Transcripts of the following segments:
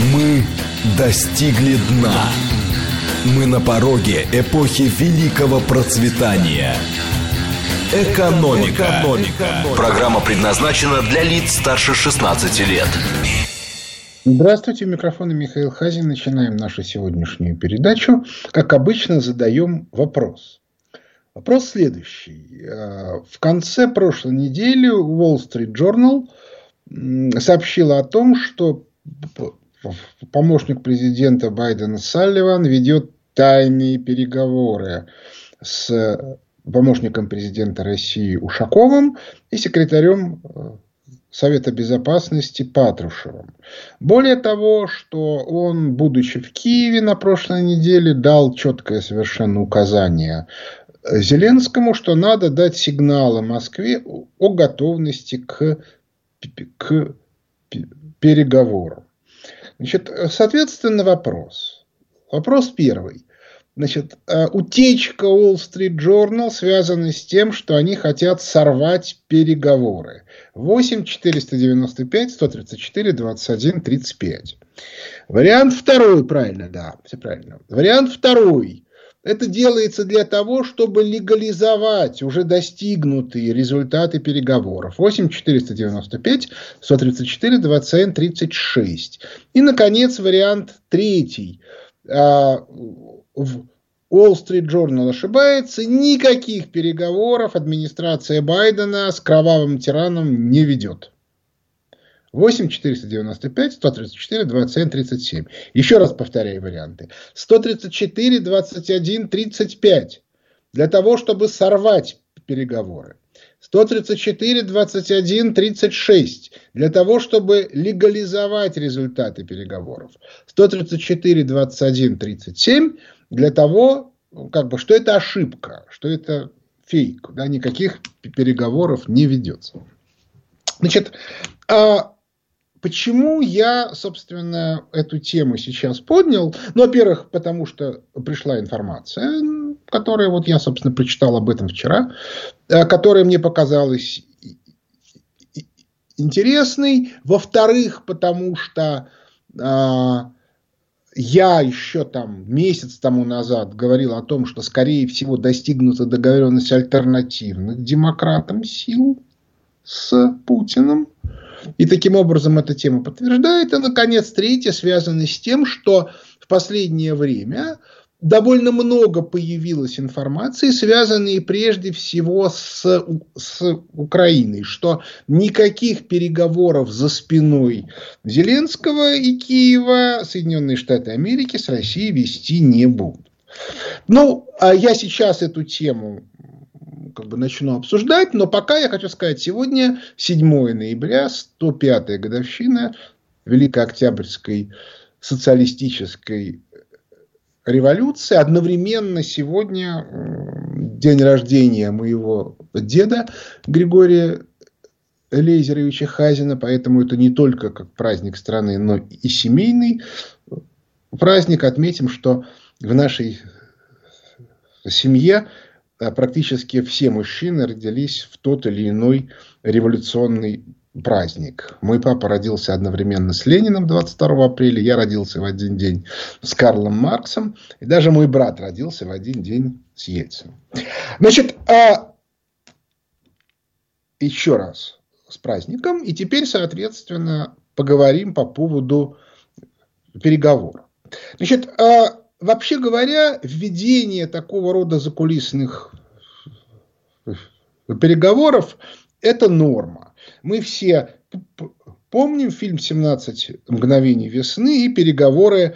Мы достигли дна. Мы на пороге эпохи великого процветания. Экономика. Программа предназначена для лиц старше 16 лет. Здравствуйте, у микрофона Михаил Хазин. Начинаем нашу сегодняшнюю передачу. Как обычно, задаем вопрос. Вопрос следующий. В конце прошлой недели Wall Street Journal сообщила о том, что помощник президента Байдена Салливан ведет тайные переговоры с помощником президента России Ушаковым и секретарем Совета Безопасности Патрушевым. Более того, что он, будучи в Киеве на прошлой неделе, дал четкое совершенно указание Зеленскому, что надо дать сигналы Москве о готовности к переговорам. Значит, соответственно, вопрос. Вопрос первый. Значит, утечка Wall Street Journal связана с тем, что они хотят сорвать переговоры. 8 495 134 21 35. Вариант второй, правильно, да, все правильно. Вариант второй. Это делается для того, чтобы легализовать уже достигнутые результаты переговоров. 8 495 134 21 36. И, наконец, вариант третий. Wall Street Journal ошибается. Никаких переговоров администрация Байдена с кровавым тираном не ведет. 8 495 134 27 37. Еще раз повторяю варианты. 134 21 35. Для того, чтобы сорвать переговоры. 134 21 36. Для того, чтобы легализовать результаты переговоров. 134 21 37. Для того, что это ошибка, что это фейк. Да, никаких переговоров не ведется. Значит, почему я, собственно, эту тему сейчас поднял? Ну, во-первых, потому что пришла информация, которую вот я, собственно, прочитал об этом вчера, которая мне показалась интересной. Во-вторых, потому что я еще месяц тому назад говорил о том, что, скорее всего, достигнута договоренность альтернативных демократам сил с Путиным. И таким образом эта тема подтверждает. И, наконец, третье связано с тем, что в последнее время довольно много появилось информации, связанной прежде всего с Украиной, что никаких переговоров за спиной Зеленского и Киева Соединенные Штаты Америки с Россией вести не будут. Ну, а я сейчас эту тему начну обсуждать, но пока я хочу сказать, сегодня 7 ноября, 105-я годовщина Великой Октябрьской социалистической революции. Одновременно сегодня день рождения моего деда Григория Лейзеровича Хазина, поэтому это не только как праздник страны, но и семейный праздник. Отметим, что в нашей семье практически все мужчины родились в тот или иной революционный праздник. Мой папа родился одновременно с Лениным 22 апреля, я родился в один день с Карлом Марксом, и даже мой брат родился в один день с Ельциным. Значит, еще раз с праздником, и теперь, соответственно, поговорим по поводу переговоров. Значит, вообще говоря, введение такого рода закулисных переговоров – это норма. Мы все помним фильм «17 мгновений весны» и переговоры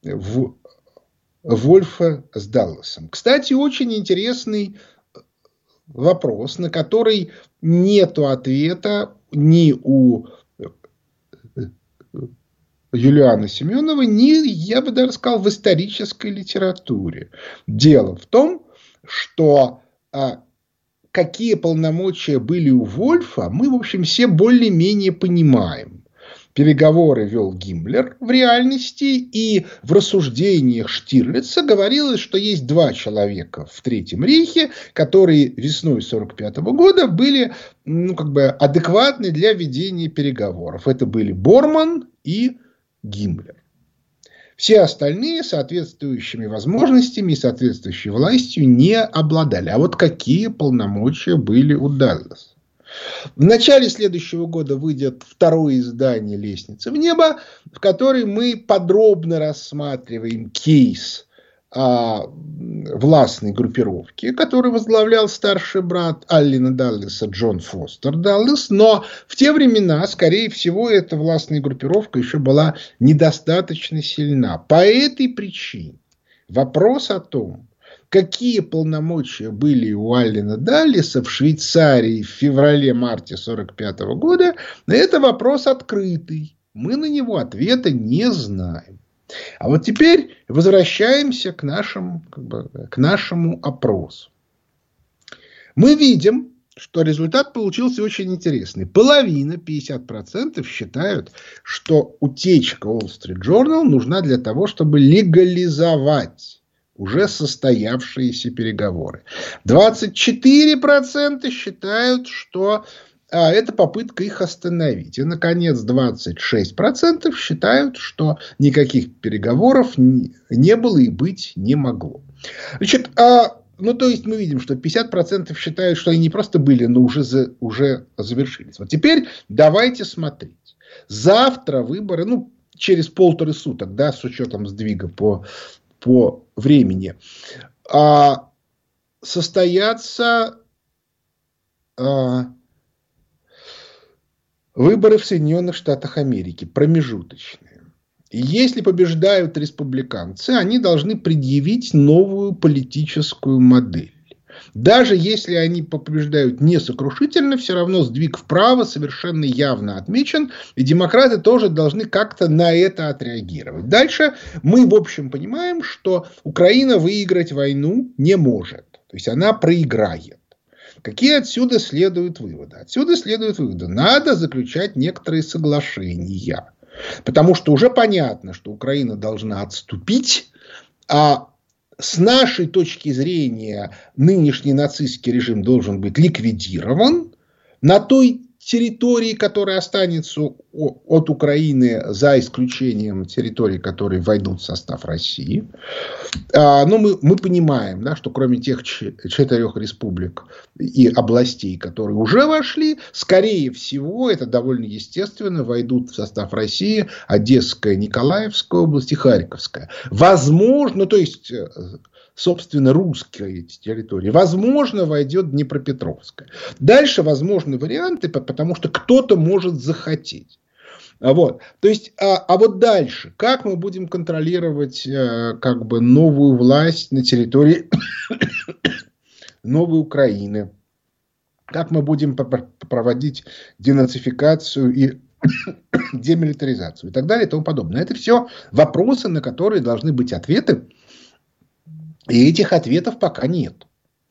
Вольфа с Далласом. Кстати, очень интересный вопрос, на который нету ответа ни у Юлианы Семеновой, ни, я бы даже сказал, в исторической литературе. Дело в том, что какие полномочия были у Вольфа, мы, в общем, все более-менее понимаем. Переговоры вел Гиммлер в реальности, и в рассуждениях Штирлица говорилось, что есть два человека в Третьем рейхе, которые весной 1945 года были адекватны для ведения переговоров. Это были Борман и Гиммлер. Все остальные соответствующими возможностями и соответствующей властью не обладали. А вот какие полномочия были у Далласа? В начале следующего года выйдет второе издание «Лестницы в небо», в котором мы подробно рассматриваем кейс властной группировки, которую возглавлял старший брат Аллена Далласа Джон Фостер Даллас. Но в те времена, скорее всего, эта властная группировка еще была недостаточно сильна. По этой причине вопрос о том, какие полномочия были у Аллена Далласа в Швейцарии в феврале-марте 1945 года, это вопрос открытый. Мы на него ответа не знаем. А вот теперь возвращаемся к нашему опросу. Мы видим, что результат получился очень интересный. Половина, 50%, считают, что утечка Wall Street Journal нужна для того, чтобы легализовать уже состоявшиеся переговоры. 24% считают, что это попытка их остановить. И, наконец, 26% считают, что никаких переговоров не было и быть не могло. Значит, то есть мы видим, что 50% считают, что они не просто были, но уже завершились. Вот теперь давайте смотреть. Завтра выборы, через 1,5 суток, да, с учетом сдвига по времени, состоятся выборы в Соединенных Штатах Америки, промежуточные. И если побеждают республиканцы, они должны предъявить новую политическую модель. Даже если они побеждают несокрушительно, все равно сдвиг вправо совершенно явно отмечен, и демократы тоже должны как-то на это отреагировать. Дальше мы, в общем, понимаем, что Украина выиграть войну не может. То есть она проиграет. Какие отсюда следуют выводы? Отсюда следуют выводы. Надо заключать некоторые соглашения. Потому что уже понятно, что Украина должна отступить, а с нашей точки зрения нынешний нацистский режим должен быть ликвидирован на той территории, которая останется от Украины, за исключением территорий, которые войдут в состав России. Но мы понимаем, да, что кроме тех 4 республик и областей, которые уже вошли, скорее всего, это довольно естественно, войдут в состав России Одесская, Николаевская область и Харьковская. Возможно, то есть, собственно, русские эти территории. Возможно, войдет Днепропетровская. Дальше возможны варианты, потому что кто-то может захотеть. Вот. То есть, вот дальше, как мы будем контролировать новую власть на территории новой Украины? Как мы будем проводить денацификацию и демилитаризацию и так далее и тому подобное. Это все вопросы, на которые должны быть ответы. И этих ответов пока нет.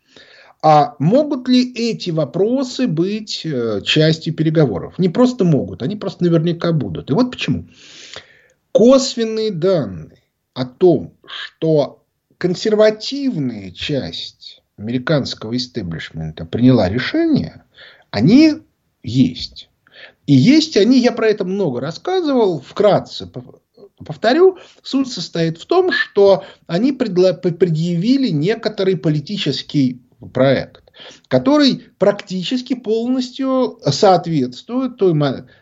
А могут ли эти вопросы быть частью переговоров? Не просто могут, они просто наверняка будут. И вот почему. Косвенные данные о том, что консервативная часть американского истеблишмента приняла решение, они есть. И есть они, я про это много рассказывал, вкратце повторю, суть состоит в том, что они предъявили некоторый политический проект, который практически полностью соответствует той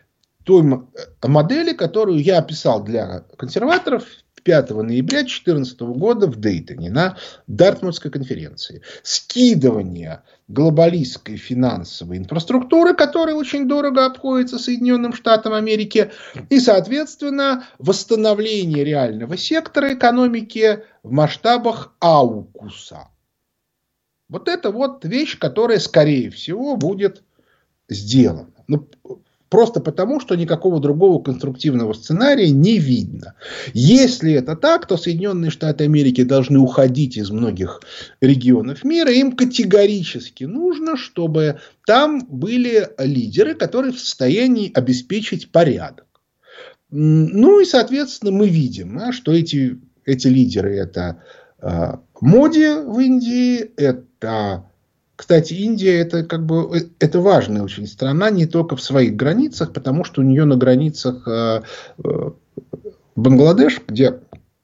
модели, которую я описал для консерваторов 5 ноября 2014 года в Дейтоне на Дартмутской конференции. Скидывание глобалистской финансовой инфраструктуры, которая очень дорого обходится Соединенным Штатам Америки, и, соответственно, восстановление реального сектора экономики в масштабах аукуса. Вот это вот вещь, которая, скорее всего, будет сделана. Просто потому, что никакого другого конструктивного сценария не видно. Если это так, то Соединенные Штаты Америки должны уходить из многих регионов мира. Им категорически нужно, чтобы там были лидеры, которые в состоянии обеспечить порядок. Ну и, соответственно, мы видим, что эти лидеры — это Моди в Индии, это... Кстати, Индия это важная очень страна не только в своих границах, потому что у нее на границах Бангладеш, где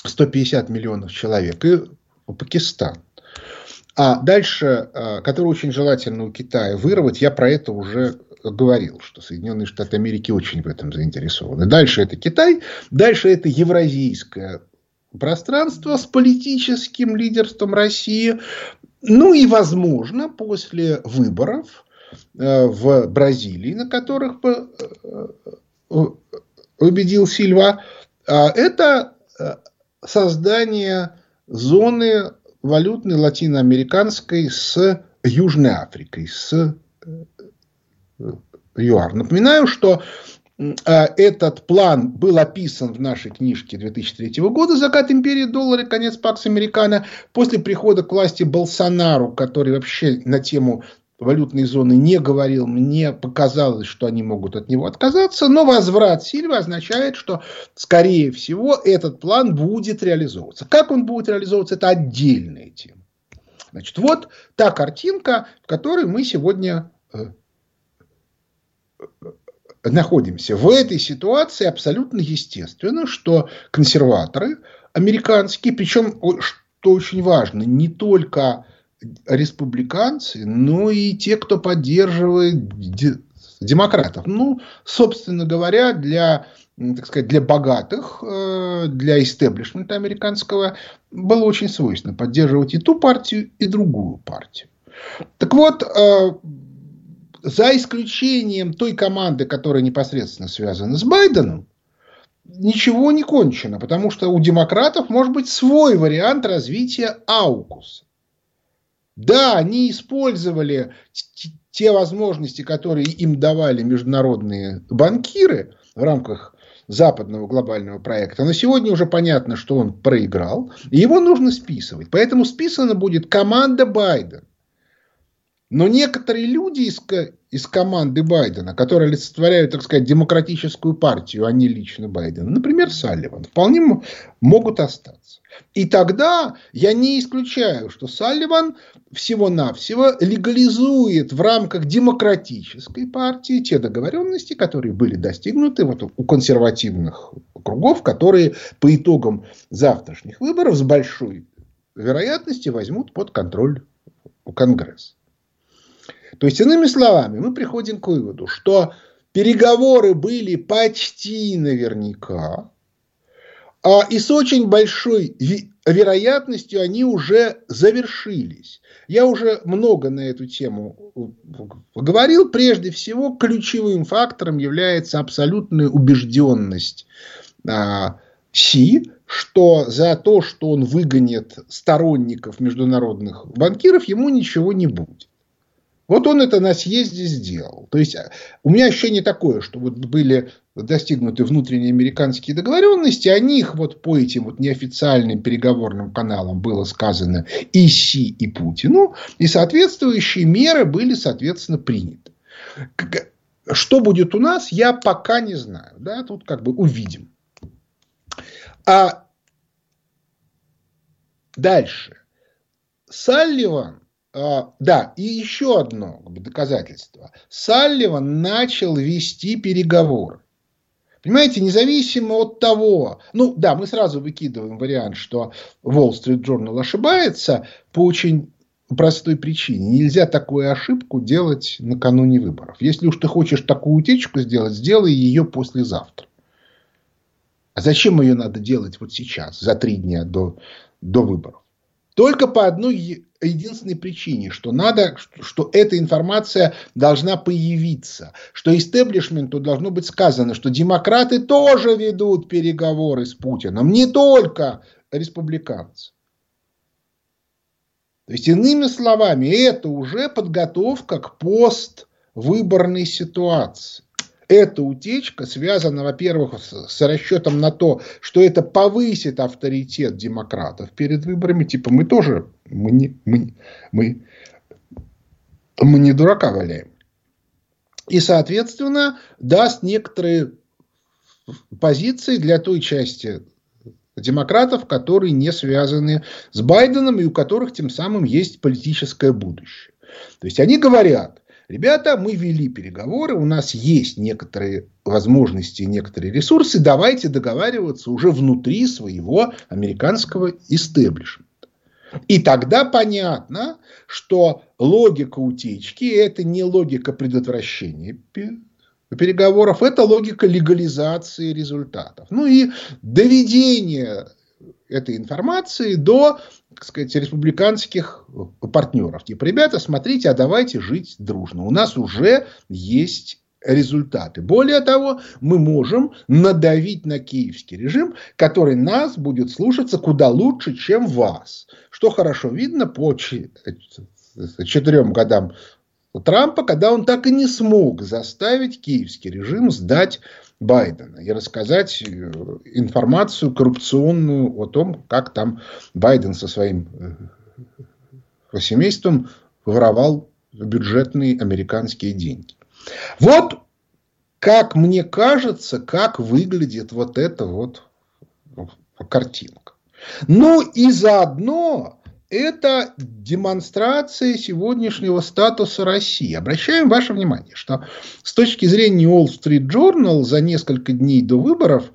150 миллионов человек, и Пакистан. А дальше, который очень желательно у Китая вырвать, я про это уже говорил, что Соединенные Штаты Америки очень в этом заинтересованы. Дальше это Китай, дальше это евразийское пространство с политическим лидерством России. Ну и, возможно, после выборов в Бразилии, на которых победил Сильва, это создание зоны валютной латиноамериканской с Южной Африкой, с ЮАР. Напоминаю, что этот план был описан в нашей книжке 2003 года «Закат империи доллара и конец Пакс Американо». После прихода к власти Болсонару, который вообще на тему валютной зоны не говорил, мне показалось, что они могут от него отказаться. Но возврат Сильвы означает, что, скорее всего, этот план будет реализовываться. Как он будет реализовываться, это отдельная тема. Значит, вот та картинка, в которой мы сегодня находимся. В этой ситуации абсолютно естественно, что консерваторы американские, причем, что очень важно, не только республиканцы, но и те, кто поддерживает демократов. Ну, собственно говоря, для, так сказать, для богатых, для истеблишмента американского было очень свойственно поддерживать и ту партию, и другую партию. Так вот, за исключением той команды, которая непосредственно связана с Байденом, ничего не кончено, потому что у демократов может быть свой вариант развития аукуса. Да, они использовали те возможности, которые им давали международные банкиры в рамках западного глобального проекта, но сегодня уже понятно, что он проиграл, и его нужно списывать. Поэтому списана будет команда Байдена. Но некоторые люди из команды Байдена, которые олицетворяют, так сказать, демократическую партию, а не лично Байдена, например, Салливан, вполне могут остаться. И тогда я не исключаю, что Салливан всего-навсего легализует в рамках демократической партии те договоренности, которые были достигнуты вот у консервативных кругов, которые по итогам завтрашних выборов с большой вероятностью возьмут под контроль Конгресс. То есть, иными словами, мы приходим к выводу, что переговоры были почти наверняка, и с очень большой вероятностью они уже завершились. Я уже много на эту тему говорил. Прежде всего, ключевым фактором является абсолютная убежденность Си, что за то, что он выгонит сторонников международных банкиров, ему ничего не будет. Вот он это на съезде сделал. То есть, у меня ощущение такое, что вот были достигнуты внутренние американские договоренности, о них вот по этим вот неофициальным переговорным каналам было сказано и Си, и Путину, и соответствующие меры были, соответственно, приняты. Что будет у нас, я пока не знаю. Да? Тут как бы увидим. А дальше. Салливан. Да, и еще одно доказательство. Салливан начал вести переговоры. Понимаете, независимо от того, ну да, мы сразу выкидываем вариант, что Wall Street Journal ошибается по очень простой причине. Нельзя такую ошибку делать накануне выборов. Если уж ты хочешь такую утечку сделать, сделай ее послезавтра. А зачем ее надо делать вот сейчас, за 3 дня до выборов? Только по одной единственной причине, что эта информация должна появиться, что истеблишменту должно быть сказано, что демократы тоже ведут переговоры с Путиным, не только республиканцы. То есть, иными словами, это уже подготовка к поствыборной ситуации. Эта утечка связана, во-первых, с расчетом на то, что это повысит авторитет демократов перед выборами. Типа мы тоже, мы не дурака валяем. И, соответственно, даст некоторые позиции для той части демократов, которые не связаны с Байденом и у которых тем самым есть политическое будущее. То есть они говорят: ребята, мы вели переговоры, у нас есть некоторые возможности, некоторые ресурсы, давайте договариваться уже внутри своего американского истеблишмента. И тогда понятно, что логика утечки – это не логика предотвращения переговоров, это логика легализации результатов. Ну и доведение этой информации до, так сказать, республиканских партнеров. Типа, ребята, смотрите, а давайте жить дружно. У нас уже есть результаты. Более того, мы можем надавить на киевский режим, который нас будет слушаться куда лучше, чем вас. Что хорошо видно по 4 годам Трампа, когда он так и не смог заставить киевский режим сдать Байдена и рассказать информацию коррупционную о том, как там Байден со своим семейством воровал бюджетные американские деньги. Вот, как мне кажется, как выглядит вот эта вот картинка. Ну и заодно это демонстрация сегодняшнего статуса России. Обращаем ваше внимание, что с точки зрения Wall Street Journal за несколько дней до выборов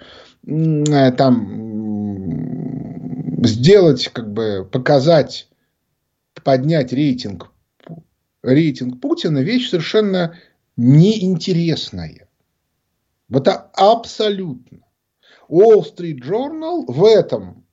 там сделать, как бы показать, поднять рейтинг Путина вещь совершенно неинтересная. Вот абсолютно. Wall Street Journal в этом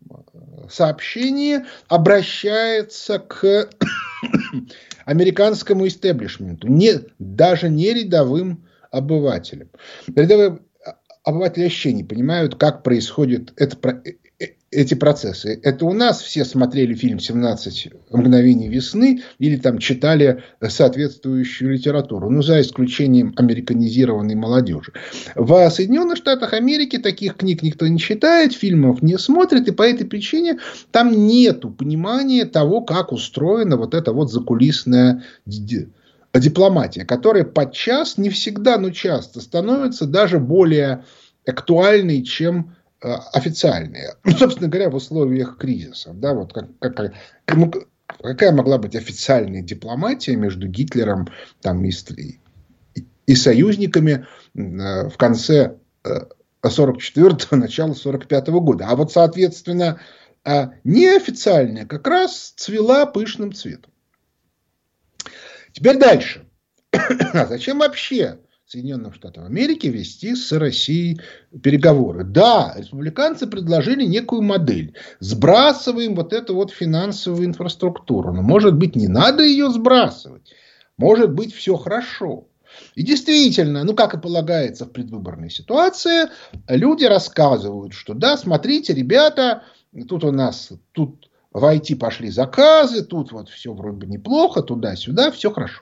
сообщении обращается к американскому истеблишменту, даже не рядовым обывателям. Рядовые обыватели вообще не понимают, как происходят эти процессы. Это у нас все смотрели фильм «17 мгновений весны» или там читали соответствующую литературу, ну, за исключением американизированной молодежи. В Соединенных Штатах Америки таких книг никто не читает, фильмов не смотрит, и по этой причине там нету понимания того, как устроена вот эта вот закулисная дипломатия, которая подчас, не всегда, но часто становится даже более актуальной, чем официальные. Ну, собственно говоря, в условиях кризиса. Да, вот какая могла быть официальная дипломатия между Гитлером там, и союзниками в конце 44-го, начало 45-го года. А вот, соответственно, неофициальная как раз цвела пышным цветом. Теперь дальше. А зачем вообще Соединенным Штатам Америки вести с Россией переговоры? Да, республиканцы предложили некую модель. Сбрасываем вот эту вот финансовую инфраструктуру. Но, может быть, не надо ее сбрасывать. Может быть, все хорошо. И действительно, ну, как и полагается в предвыборной ситуации, люди рассказывают, что да, смотрите, ребята, тут у нас тут в IT пошли заказы, тут вот все вроде бы неплохо, туда-сюда, все хорошо.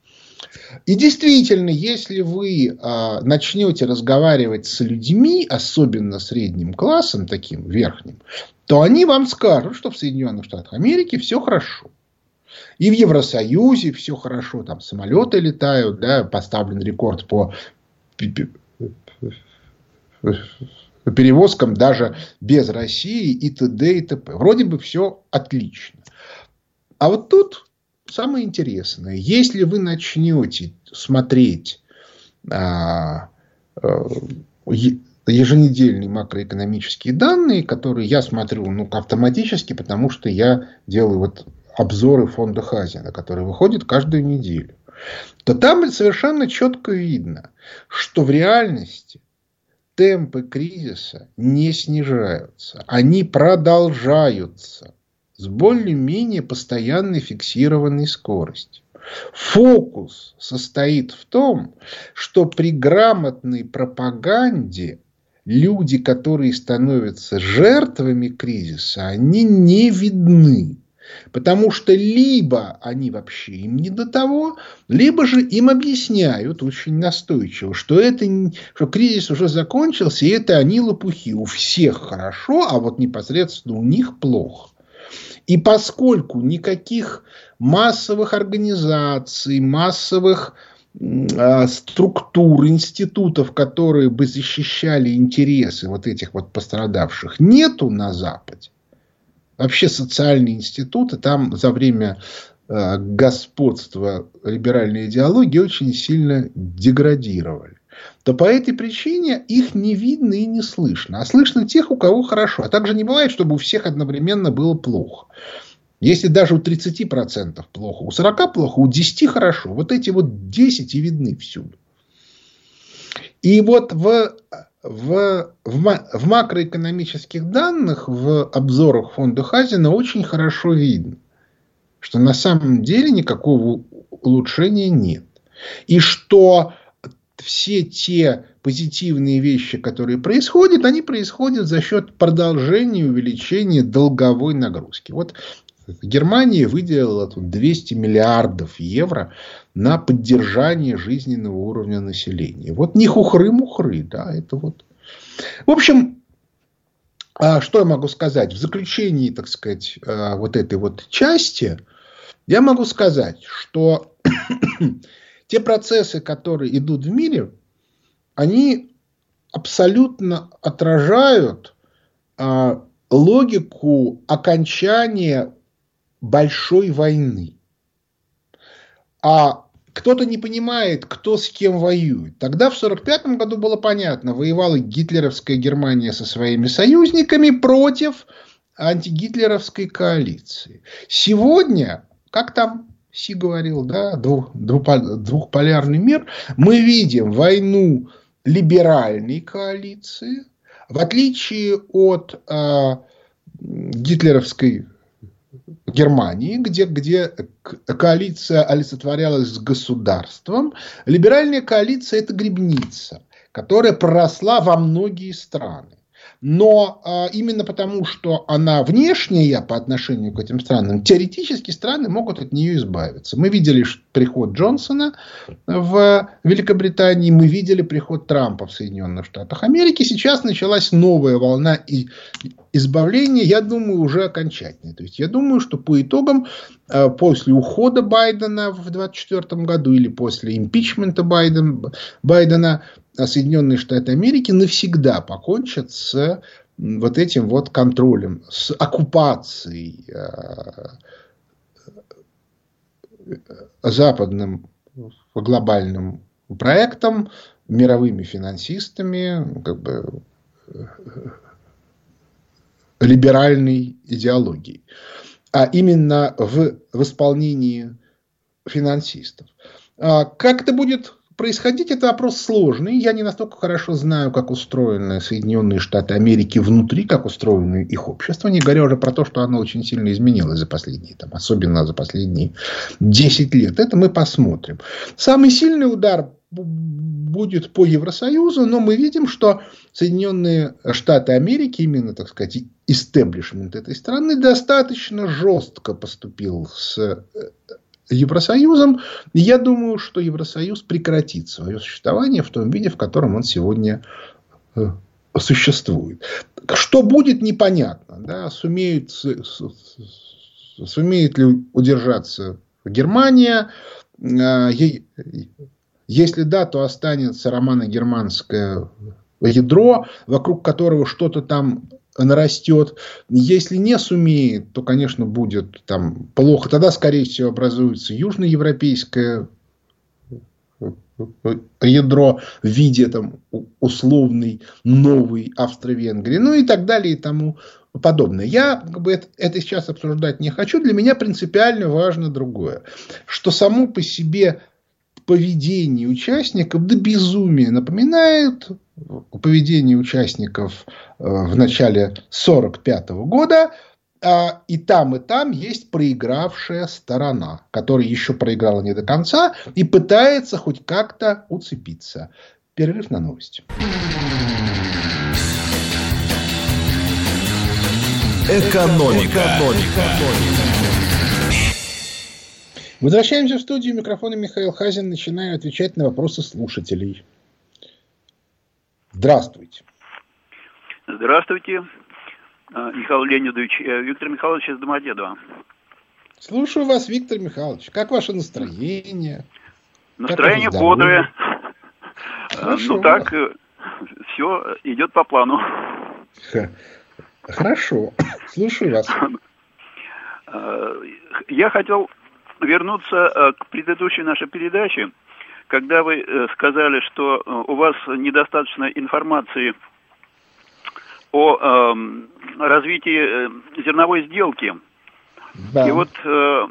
И действительно, если вы начнете разговаривать с людьми, особенно средним классом, таким верхним, то они вам скажут, что в Соединенных Штатах Америки все хорошо. И в Евросоюзе все хорошо, там самолеты летают, да, поставлен рекорд по перевозкам даже без России и т.д. и т.п. Вроде бы все отлично. А вот тут самое интересное, если вы начнете смотреть еженедельные макроэкономические данные, которые я смотрю автоматически, потому что я делаю вот обзоры фонда Хазина, которые выходят каждую неделю, то там совершенно четко видно, что в реальности темпы кризиса не снижаются, они продолжаются с более-менее постоянной фиксированной скоростью. Фокус состоит в том, что при грамотной пропаганде люди, которые становятся жертвами кризиса, они не видны. Потому что либо они вообще им не до того, либо же им объясняют очень настойчиво, что кризис уже закончился, и это они лопухи. У всех хорошо, а вот непосредственно у них плохо. И поскольку никаких массовых организаций, массовых структур, институтов, которые бы защищали интересы вот этих вот пострадавших, нету на Западе. Вообще социальные институты там за время господства либеральной идеологии очень сильно деградировали, то по этой причине их не видно и не слышно. А слышно тех, у кого хорошо. А также не бывает, чтобы у всех одновременно было плохо. Если даже у 30% плохо, у 40% плохо, у 10% хорошо. Вот эти вот 10 и видны всюду. И вот в макроэкономических данных, в обзорах фонда Хазина очень хорошо видно, что на самом деле никакого улучшения нет. И что все те позитивные вещи, которые происходят, они происходят за счет продолжения и увеличения долговой нагрузки. Вот Германия выделила тут 200 миллиардов евро на поддержание жизненного уровня населения. Вот не хухры-мухры, да, это вот. В общем, что я могу сказать? В заключении, так сказать, вот этой вот части, я могу сказать, что те процессы, которые идут в мире, они абсолютно отражают логику окончания большой войны. А кто-то не понимает, кто с кем воюет. Тогда в 1945 году было понятно, воевала гитлеровская Германия со своими союзниками против антигитлеровской коалиции. Сегодня, как там Си говорил, да, двухполярный мир, мы видим войну либеральной коалиции, в отличие от гитлеровской Германии, где коалиция олицетворялась с государством. Либеральная коалиция – это грибница, которая проросла во многие страны. Но именно потому, что она внешняя по отношению к этим странам, теоретически страны могут от нее избавиться. Мы видели приход Джонсона в Великобритании, мы видели приход Трампа в Соединенных Штатах Америки. Сейчас началась новая волна избавления, я думаю, уже окончательная. То есть я думаю, что по итогам, после ухода Байдена в 2024 году или после импичмента Байдена, Соединенные Штаты Америки навсегда покончат с вот этим вот контролем, с оккупацией западным глобальным проектом, мировыми финансистами, как бы либеральной идеологией, а именно в исполнении финансистов. Как это будет происходить, это вопрос сложный. Я не настолько хорошо знаю, как устроены Соединенные Штаты Америки внутри, как устроено их общество, не говоря уже про то, что оно очень сильно изменилось за последние, особенно за последние 10 лет. Это мы посмотрим. Самый сильный удар будет по Евросоюзу, но мы видим, что Соединенные Штаты Америки, именно, так сказать, истеблишмент этой страны, достаточно жестко поступил с Евросоюзом. И я думаю, что Евросоюз прекратит свое существование в том виде, в котором он сегодня существует. Что будет, непонятно. Да? Сумеет ли удержаться Германия? Если да, то останется романо-германское ядро, вокруг которого что-то там нарастет. Если не сумеет, то, конечно, будет там плохо. Тогда, скорее всего, образуется южноевропейское ядро в виде там условной новой Австро-Венгрии, ну и так далее и тому подобное. Я это сейчас обсуждать не хочу. Для меня принципиально важно другое. Что само по себе поведение участников до безумия напоминает поведение участников в начале 1945 года. И там есть проигравшая сторона, которая еще проиграла не до конца и пытается хоть как-то уцепиться. Перерыв на новости. Экономика. Возвращаемся в студию. Микрофона Михаил Хазин. Начинаю отвечать на вопросы слушателей. Здравствуйте. Здравствуйте, Михаил Леонидович. Виктор Михайлович из Домодедово. Слушаю вас, Виктор Михайлович. Как ваше настроение? Настроение бодрое. Хорошо. Ну так, все идет по плану. Хорошо. Слушаю вас. Я хотел вернуться к предыдущей нашей передаче, когда вы сказали, что у вас недостаточно информации о развитии зерновой сделки. Да. И вот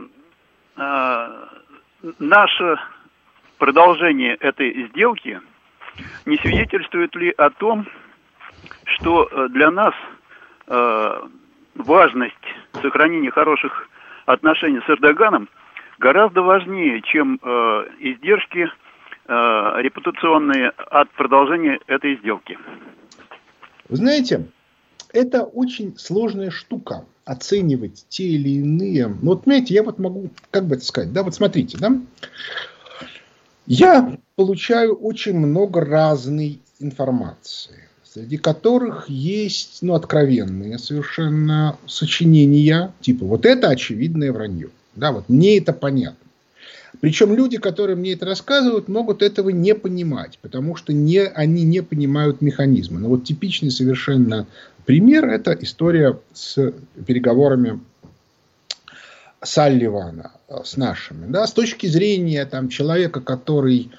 наше продолжение этой сделки не свидетельствует ли о том, что для нас важность сохранения хороших отношений с Эрдоганом гораздо важнее, чем издержки репутационные от продолжения этой сделки? Вы знаете, это очень сложная штука оценивать те или иные. Ну, вот, понимаете, я вот могу, как бы это сказать, да, вот смотрите, да, я получаю очень много разной информации, среди которых есть, ну, откровенные совершенно сочинения, типа, вот это очевидное вранье, да, вот мне это понятно. Причем люди, которые мне это рассказывают, могут этого не понимать, потому что они не понимают механизма. Но вот типичный совершенно пример – это история с переговорами Салливана с нашими. Да? С точки зрения там, человека, который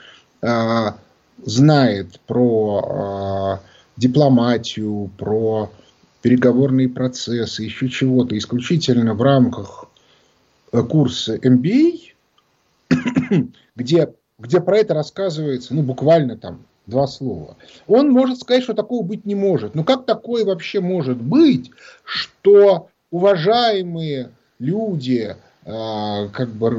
знает про дипломатию, про переговорные процессы, еще чего-то, исключительно в рамках курса MBA, где про это рассказывается, ну, буквально там 2 слова. Он может сказать, что такого быть не может. Но как такое вообще может быть, что уважаемые люди, как бы,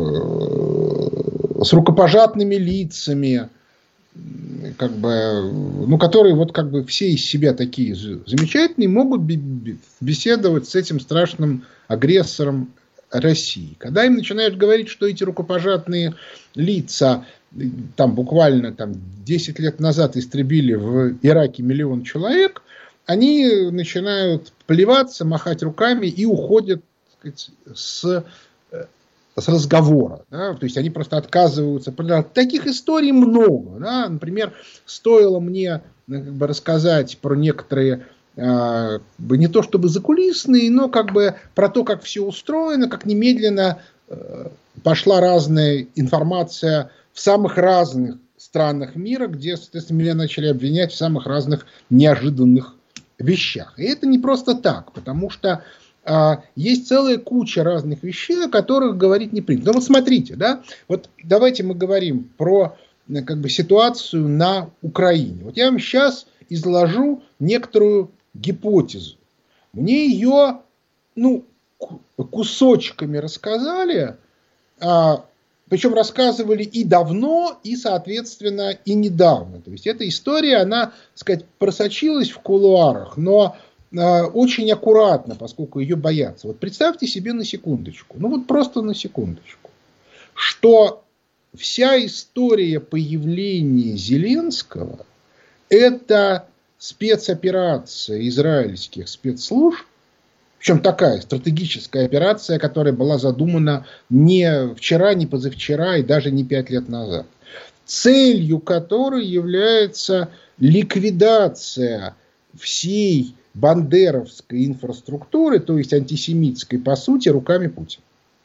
с рукопожатными лицами, как бы, ну, которые вот как бы все из себя такие замечательные, могут беседовать с этим страшным агрессором России. Когда им начинают говорить, что эти рукопожатные лица там буквально там, 10 лет назад истребили в Ираке 1 миллион человек, они начинают плеваться, махать руками и уходят, так сказать, с разговора. Да? То есть они просто отказываются. Таких историй много. Да? Например, стоило мне как бы рассказать про некоторые не то чтобы закулисные, но как бы про то, как все устроено, как немедленно пошла разная информация в самых разных странах мира, где, соответственно, меня начали обвинять в самых разных неожиданных вещах. И это не просто так, потому что есть целая куча разных вещей, о которых говорить не принято. Но вот смотрите, да, вот давайте мы говорим про как бы, ситуацию на Украине. Вот я вам сейчас изложу некоторую гипотезу. Мне ее, ну, кусочками рассказали, причем рассказывали и давно, и, соответственно, и недавно. То есть эта история, она, так сказать, просочилась в кулуарах, но очень аккуратно, поскольку ее боятся. Вот представьте себе на секундочку, ну вот просто на секундочку, что вся история появления Зеленского – это спецоперация израильских спецслужб, причем такая стратегическая операция, которая была задумана не вчера, не позавчера и даже не 5 лет назад, целью которой является ликвидация всей бандеровской инфраструктуры, то есть антисемитской, по сути, руками Путина.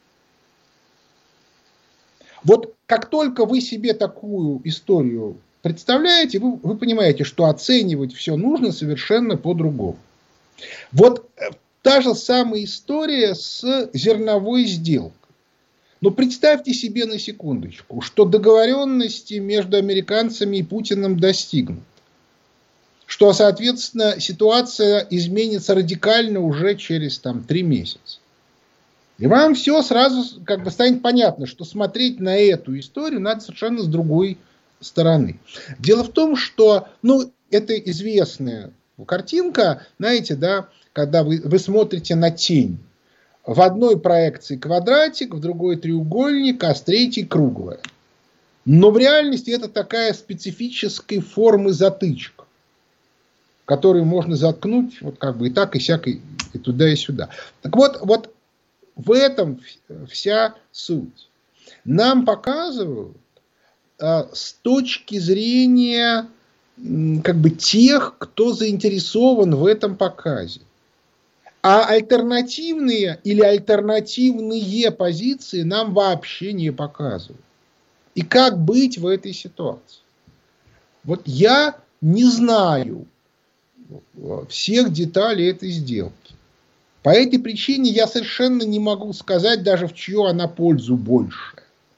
Вот как только вы себе такую историю представляете, вы понимаете, что оценивать все нужно совершенно по-другому. Вот та же самая история с зерновой сделкой. Но представьте себе на секундочку, что договоренности между американцами и Путиным достигнут. Что, соответственно, ситуация изменится радикально уже через 3 месяца. И вам все сразу как бы станет понятно, что смотреть на эту историю надо совершенно с другой стороны. Дело в том, что, ну, это известная картинка, знаете, да, когда вы смотрите на тень. В одной проекции квадратик, в другой треугольник, а с третьей круглая. Но в реальности это такая специфической формы затычка, которую можно заткнуть вот как бы и так, и сяк, и туда, и сюда. Так вот в этом вся суть. Нам показывают с точки зрения как бы тех, кто заинтересован в этом показе. А альтернативные или альтернативные позиции нам вообще не показывают. И как быть в этой ситуации? Вот я не знаю всех деталей этой сделки. По этой причине я совершенно не могу сказать даже, в чью она пользу больше.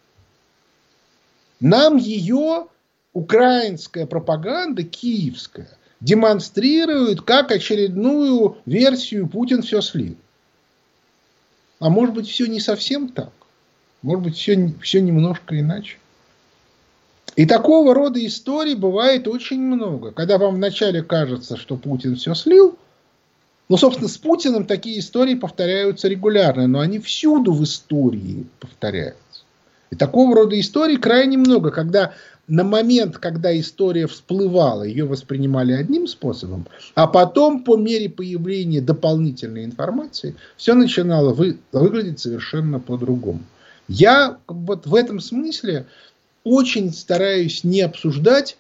Нам ее украинская пропаганда, киевская, демонстрирует как очередную версию «Путин все слил». А может быть, все не совсем так. Может быть, все немножко иначе. И такого рода историй бывает очень много. Когда вам вначале кажется, что Путин все слил, ну, собственно, с Путиным такие истории повторяются регулярно, но они всюду в истории повторяются. И такого рода историй крайне много, когда на момент, когда история всплывала, ее воспринимали одним способом, а потом, по мере появления дополнительной информации, все начинало выглядеть совершенно по-другому. Я вот в этом смысле очень стараюсь не обсуждать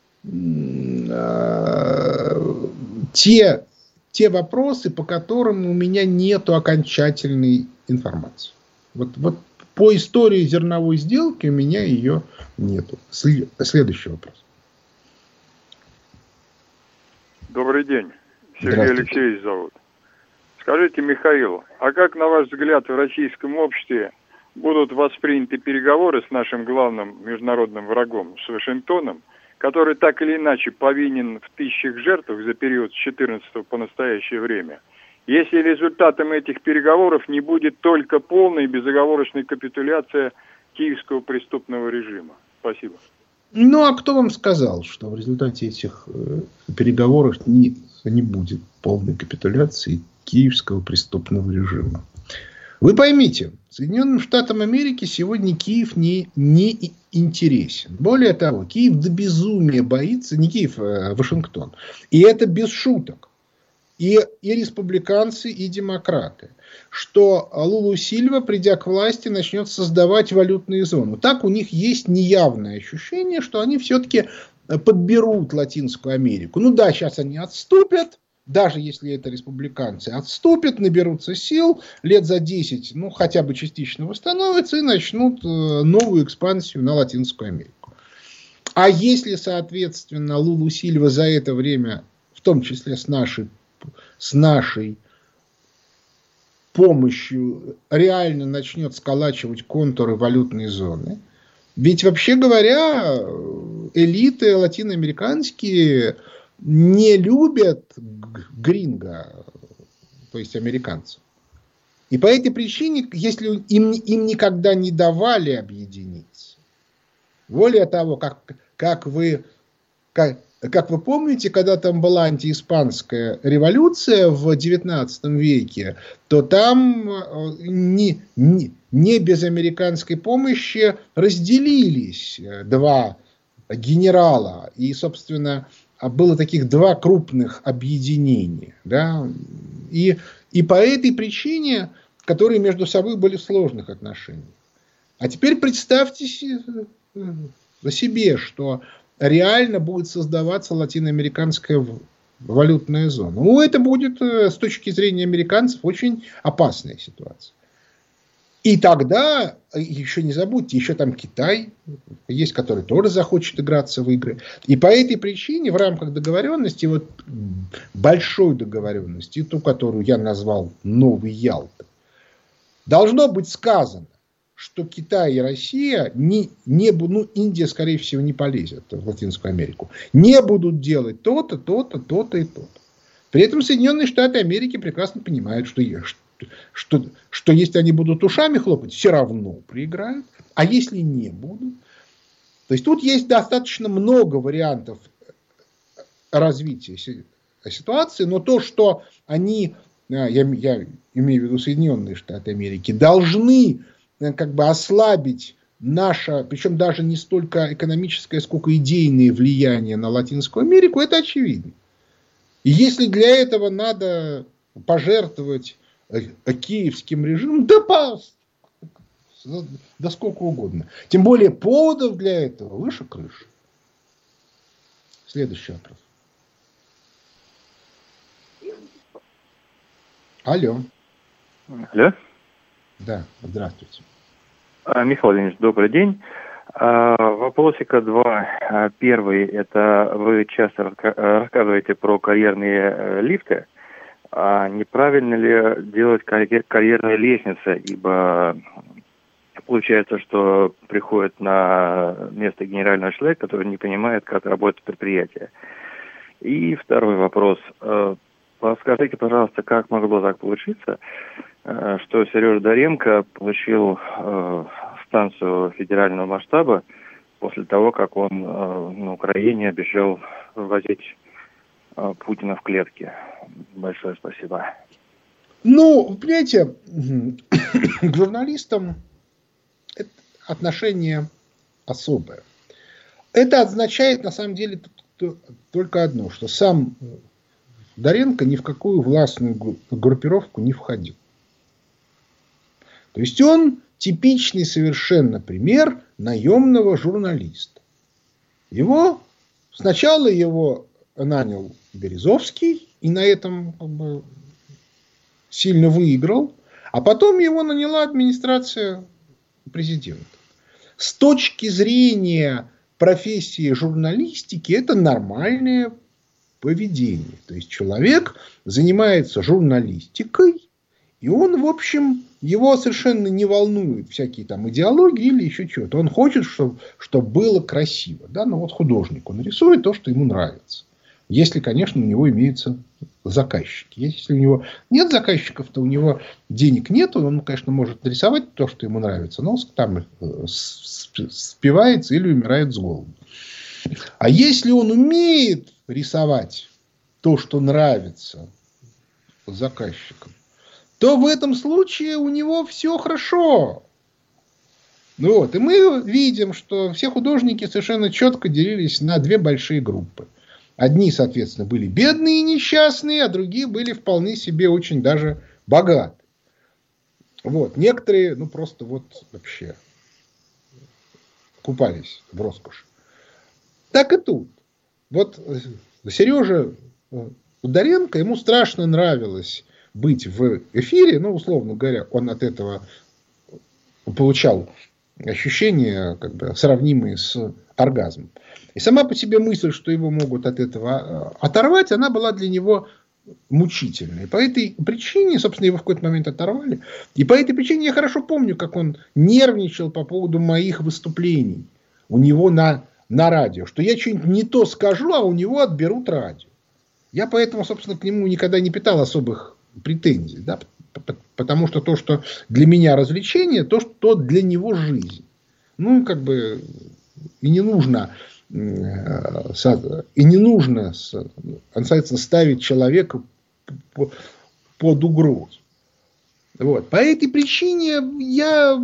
те вопросы, по которым у меня нет окончательной информации. Вот по истории зерновой сделки у меня ее нету. Следующий вопрос. Добрый день. Сергей Алексеевич зовут. Скажите, Михаил, а как, на ваш взгляд, в российском обществе будут восприняты переговоры с нашим главным международным врагом, с Вашингтоном, который так или иначе повинен в тысячах жертв за период с 14 по настоящее время, если результатом этих переговоров не будет только полная и безоговорочная капитуляция киевского преступного режима? Спасибо. Ну, а кто вам сказал, что в результате этих переговоров не будет полной капитуляции киевского преступного режима? Вы поймите, Соединенным Штатам Америки сегодня Киев не интересен. Более того, Киев до безумия боится, не Киев, а Вашингтон. И это без шуток. И республиканцы, и демократы. Что Лулу Сильва, придя к власти, начнет создавать валютные зоны. Так у них есть неявное ощущение, что они все-таки подберут Латинскую Америку. Ну да, сейчас они отступят. Даже если это республиканцы отступят, наберутся сил, лет за 10, ну, хотя бы частично восстановятся и начнут новую экспансию на Латинскую Америку. А если, соответственно, Лулу Сильва за это время, в том числе с нашей помощью, реально начнет сколачивать контуры валютной зоны, ведь, вообще говоря, элиты латиноамериканские не любят гринго, то есть американцев. И по этой причине, если им никогда не давали объединиться, более того, как вы помните, когда там была антииспанская революция в XIX веке, то там не без американской помощи разделились два генерала. И, собственно, было таких два крупных объединения. Да? И по этой причине, которые между собой были в сложных отношениях. А теперь представьте себе, что реально будет создаваться латиноамериканская валютная зона. Ну, это будет с точки зрения американцев очень опасная ситуация. И тогда, еще не забудьте, еще там Китай есть, который тоже захочет играться в игры. И по этой причине в рамках договоренности, вот большой договоренности, ту, которую я назвал Новой Ялтой, должно быть сказано, что Китай и Россия, Индия, скорее всего, не полезет в Латинскую Америку, не будут делать то-то, то-то, то-то и то-то. При этом Соединенные Штаты Америки прекрасно понимают, что если они будут ушами хлопать, все равно проиграют. А если не будут? То есть тут есть достаточно много вариантов развития ситуации, но то, что они, я имею в виду Соединенные Штаты Америки, должны как бы ослабить наше, причем даже не столько экономическое, сколько идейное влияние на Латинскую Америку, это очевидно. И если для этого надо пожертвовать киевским режимом, да сколько угодно. Тем более поводов для этого выше крыши. Следующий вопрос. Алло. Алло. Да, здравствуйте. Михаил Владимирович, добрый день. Вопросика два. Первый, это вы часто рассказываете про карьерные лифты. А неправильно ли делать карьерные лестницы, ибо получается, что приходит на место генерального человека, который не понимает, как работает предприятие. И второй вопрос. Подскажите, пожалуйста, как могло так получиться, что Сережа Доренко получил станцию федерального масштаба после того, как он на Украине обещал возить Путина в клетке. Большое спасибо. Ну, понимаете, к журналистам это отношение особое. Это означает, на самом деле, только одно, что сам Доренко ни в какую властную группировку не входил. То есть он типичный совершенно пример наемного журналиста. Сначала его нанял Березовский, и на этом сильно выиграл, а потом его наняла администрация президента. С точки зрения профессии журналистики это нормальное поведение. То есть человек занимается журналистикой, и он, в общем, его совершенно не волнует всякие там идеологии или еще что-то. Он хочет, чтобы было красиво. Да? Ну вот художник, он рисует то, что ему нравится. Если, конечно, у него имеются заказчики. Если у него нет заказчиков, то у него денег нет. Он, конечно, может рисовать то, что ему нравится, но там спивается или умирает с голоду. А если он умеет рисовать то, что нравится заказчикам, то в этом случае у него все хорошо. Ну вот. И мы видим, что все художники совершенно четко делились на две большие группы. Одни, соответственно, были бедные и несчастные, а другие были вполне себе очень даже богаты. Вот. Некоторые, просто вот вообще купались в роскоши. Так и тут. Вот Сережа Доренко, ему страшно нравилось быть в эфире, условно говоря, он от этого получал ощущения, сравнимые с оргазмом. И сама по себе мысль, что его могут от этого оторвать, она была для него мучительной. По этой причине, собственно, его в какой-то момент оторвали. И по этой причине я хорошо помню, как он нервничал по поводу моих выступлений у него на радио. Что я что-нибудь не то скажу, а у него отберут радио. Я поэтому, собственно, к нему никогда не питал особых претензий. Да? Потому что то, что для меня развлечение, то, что для него жизнь. И не нужно ставить человека под угрозу. Вот. По этой причине я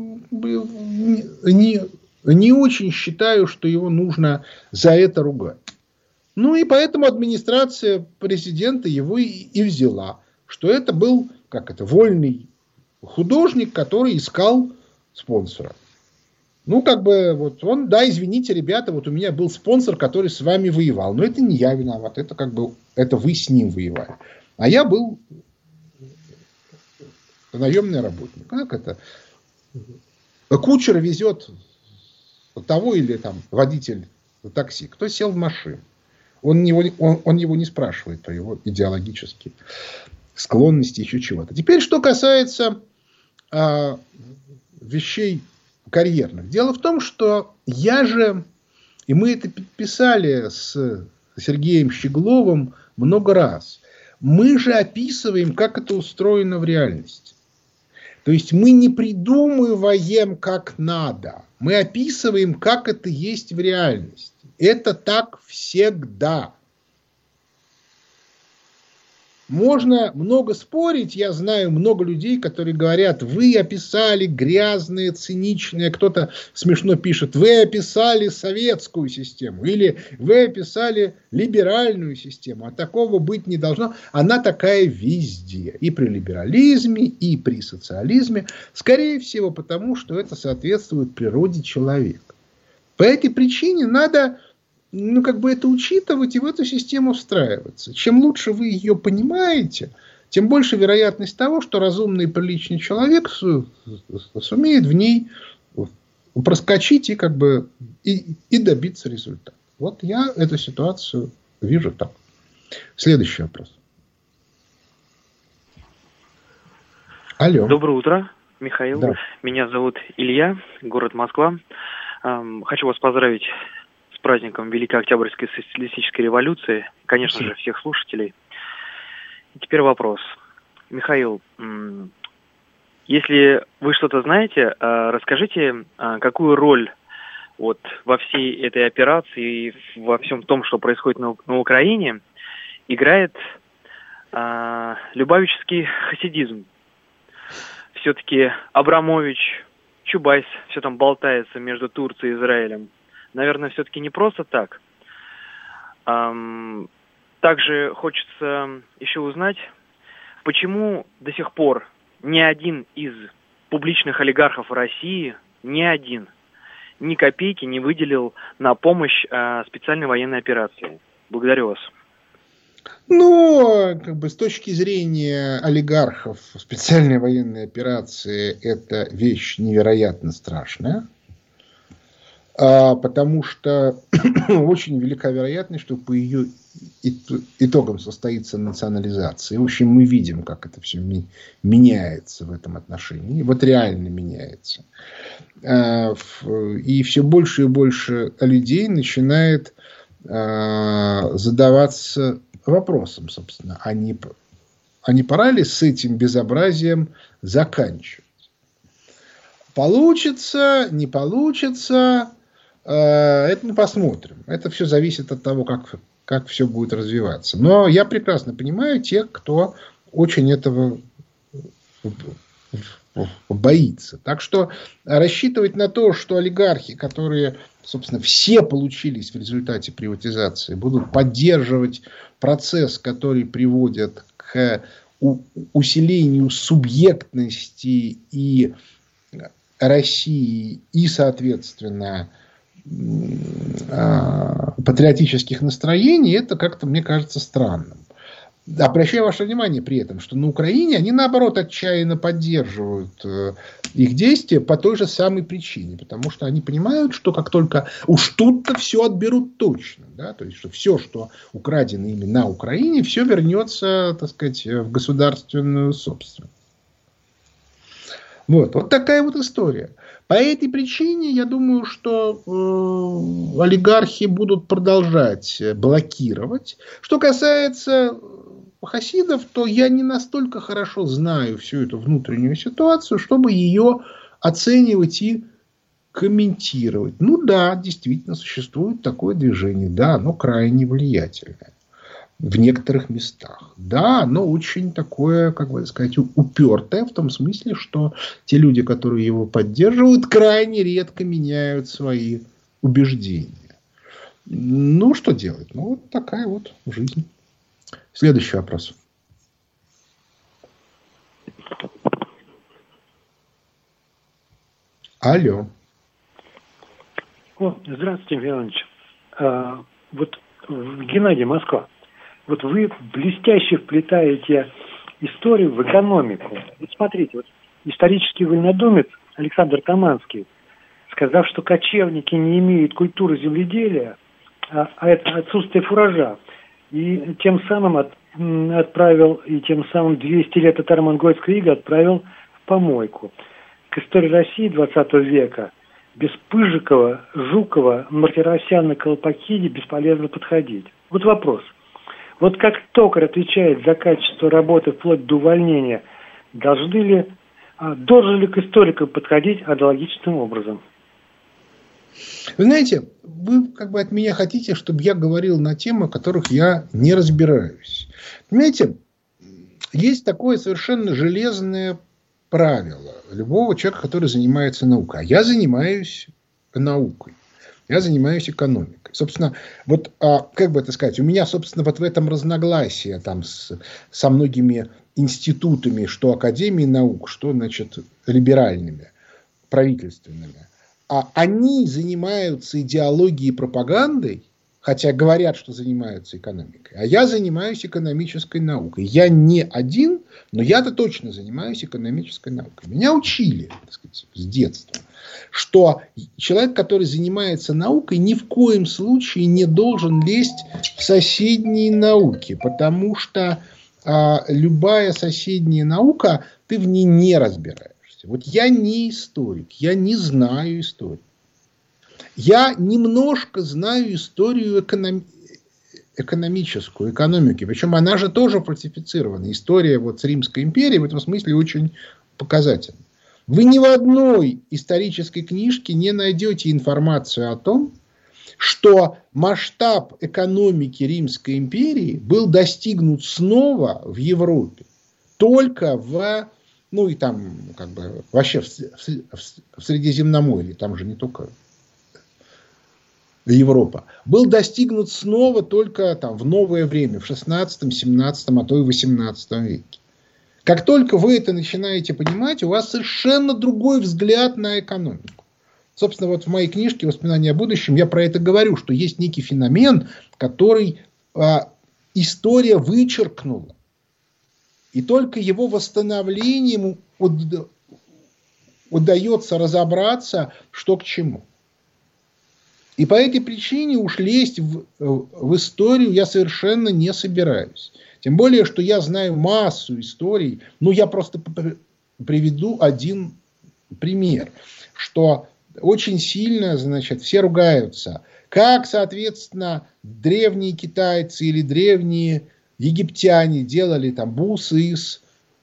не очень считаю, что его нужно за это ругать. И поэтому администрация президента его и взяла. Что это был вольный художник, который искал спонсора. Он, да, извините, ребята, вот у меня был спонсор, который с вами воевал. Но это не я виноват, это вы с ним воевали. А я был наемный работник. Как это? Кучер везет того или водитель такси. Кто сел в машину? Он его не спрашивает про его идеологические склонности, еще чего-то. Теперь, что касается вещей карьерных. Дело в том, что и мы это писали с Сергеем Щегловым много раз, мы же описываем, как это устроено в реальности. То есть мы не придумываем, как надо. Мы описываем, как это есть в реальности. Это так всегда. Можно много спорить, я знаю много людей, которые говорят, вы описали грязное, циничное, кто-то смешно пишет, вы описали советскую систему, или вы описали либеральную систему, а такого быть не должно, она такая везде, и при либерализме, и при социализме, скорее всего потому, что это соответствует природе человека. По этой причине надо это учитывать и в эту систему встраиваться. Чем лучше вы ее понимаете, тем больше вероятность того, что разумный и приличный человек сумеет в ней проскочить и, как бы, и добиться результата. Вот я эту ситуацию вижу так. Следующий вопрос. Алло. Доброе утро, Михаил. Да. Меня зовут Илья, город Москва. Хочу вас поздравить с праздником Великой Октябрьской социалистической революции. Конечно же, всех слушателей. И теперь вопрос. Михаил, если вы что-то знаете, расскажите, какую роль вот во всей этой операции и во всем том, что происходит на Украине, играет любавический хасидизм. Все-таки Абрамович, Чубайс, все там болтается между Турцией и Израилем. Наверное, все-таки не просто так. Также хочется еще узнать, почему до сих пор ни один из публичных олигархов России, ни копейки не выделил на помощь специальной военной операции. Благодарю вас. Ну, как бы с точки зрения олигархов, специальная военная операция – это вещь невероятно страшная, потому что очень велика вероятность, что по ее итогам состоится национализация. В общем, мы видим, как это все меняется в этом отношении. Вот реально меняется. И все больше и больше людей начинает задаваться вопросом, собственно, а не пора ли с этим безобразием заканчивать? Получится, не получится, это мы посмотрим. Это все зависит от того, как все будет развиваться. Но я прекрасно понимаю тех, кто очень этого боится. Так что рассчитывать на то, что олигархи, которые, собственно, все получились в результате приватизации, будут поддерживать процесс, который приводит к усилению субъектности и России, и, соответственно, патриотических настроений, это как-то, мне кажется, странным. Обращаю ваше внимание при этом, что на Украине они, наоборот, отчаянно поддерживают их действия по той же самой причине. Потому что они понимают, что как только уж тут-то все отберут точно. Да? То есть, что все, что украдено ими на Украине, все вернется, так сказать, в государственную собственность. Вот такая вот история. По этой причине, я думаю, что олигархи будут продолжать блокировать. Что касается хасидов, то я не настолько хорошо знаю всю эту внутреннюю ситуацию, чтобы ее оценивать и комментировать. Ну да, действительно существует такое движение. Да, оно крайне влиятельное в некоторых местах. Да, оно очень такое, как бы сказать, упертое, в том смысле, что те люди, которые его поддерживают, крайне редко меняют свои убеждения. Ну, что делать? Ну, вот такая вот жизнь. Следующий вопрос. Алло. Здравствуйте, Михаил Иванович. Вот Геннадий, Москва. Вот вы блестяще вплетаете историю в экономику. Вот смотрите, вот исторический вольнодумец Александр Таманский, сказав, что кочевники не имеют культуры земледелия, а это отсутствие фуража, и тем самым отправил, и тем самым 200 лет татаро-монгольской ига отправил в помойку. К истории России 20 века без Пыжикова, Жукова, Мартиросяна, Колпакиди бесполезно подходить. Вот вопрос. Вот как токарь отвечает за качество работы вплоть до увольнения, должен ли к историкам подходить аналогичным образом? Вы знаете, вы как бы от меня хотите, чтобы я говорил на темы, о которых я не разбираюсь. Понимаете, есть такое совершенно железное правило любого человека, который занимается наукой. А я занимаюсь наукой. Я занимаюсь экономикой. Собственно, вот, как бы это сказать, у меня, собственно, вот в этом разногласие там со многими институтами, что Академией наук, что, значит, либеральными, правительственными. А они занимаются идеологией и пропагандой, хотя говорят, что занимаются экономикой. А я занимаюсь экономической наукой. Я не один, но я-то точно занимаюсь экономической наукой. Меня учили, так сказать, с детства, что человек, который занимается наукой, ни в коем случае не должен лезть в соседние науки, потому что любая соседняя наука, ты в ней не разбираешься. Вот я не историк, я не знаю историю. Я немножко знаю историю экономическую, экономики. Причем она же тоже фальсифицирована. История вот с Римской империей в этом смысле очень показательна. Вы ни в одной исторической книжке не найдете информацию о том, что масштаб экономики Римской империи был достигнут снова в Европе. Только ну и там, как бы, вообще в Средиземноморье, там же не только Европа, был достигнут снова только там, в новое время, в 16, 17, а то и 18 веке. Как только вы это начинаете понимать, у вас совершенно другой взгляд на экономику. Собственно, вот в моей книжке «Воспоминания о будущем» я про это говорю, что есть некий феномен, который история вычеркнула. И только его восстановлением удается разобраться, что к чему. И по этой причине уж лезть в историю я совершенно не собираюсь. Тем более, что я знаю массу историй. Ну, я просто приведу один пример. Что очень сильно, значит, все ругаются. Как, соответственно, древние китайцы или древние египтяне делали там бусы из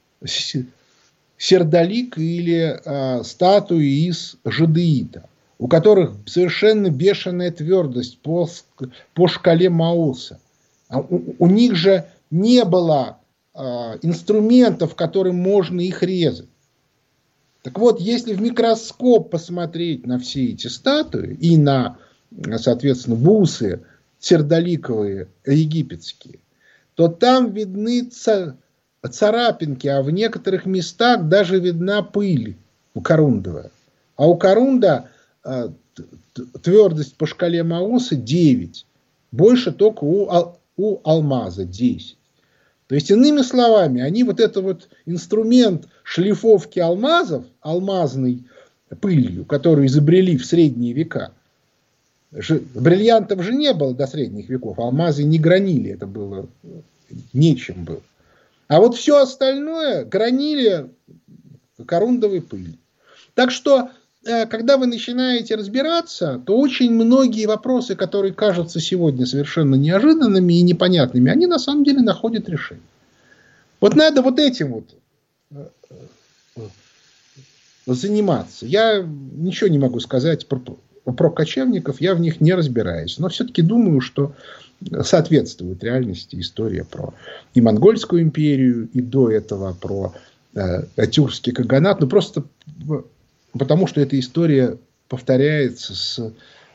сердолика или статуи из жадеита, у которых совершенно бешеная твердость по шкале Маоса. У них же не было инструментов, которым можно их резать. Так вот, если в микроскоп посмотреть на все эти статуи и на, соответственно, бусы сердоликовые египетские, то там видны царапинки, а в некоторых местах даже видна пыль у корундовая. А у корунда твердость по шкале Маоса 9. Больше только у алмаза 10. То есть, иными словами, они вот этот вот инструмент шлифовки алмазов, алмазной пылью, которую изобрели в средние века. Бриллиантов же не было до средних веков, алмазы не гранили, это было нечем было. А вот все остальное гранили корундовой пылью. Так что, когда вы начинаете разбираться, то очень многие вопросы, которые кажутся сегодня совершенно неожиданными и непонятными, они на самом деле находят решение. Вот надо вот этим вот заниматься. Я ничего не могу сказать про кочевников, я в них не разбираюсь. Но все-таки думаю, что соответствует реальности история про и Монгольскую империю, и до этого про тюркский каганат. Ну, просто потому, что эта история повторяется с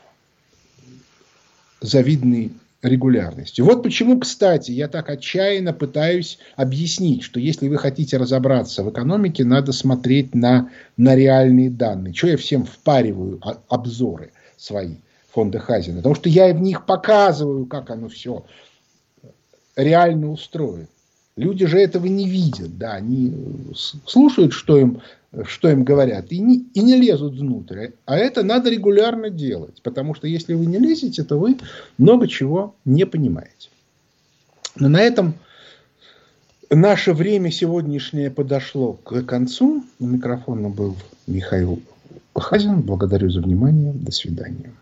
завидной регулярностью. Вот почему, кстати, я так отчаянно пытаюсь объяснить, что если вы хотите разобраться в экономике, надо смотреть на реальные данные. Что я всем впариваю обзоры свои фонда Хазина? Потому что я в них показываю, как оно все реально устроено. Люди же этого не видят, да, они слушают, что им говорят, и не лезут внутрь. А это надо регулярно делать, потому что если вы не лезете, то вы много чего не понимаете. Но на этом наше время сегодняшнее подошло к концу. У микрофона был Михаил Хазин. Благодарю за внимание. До свидания.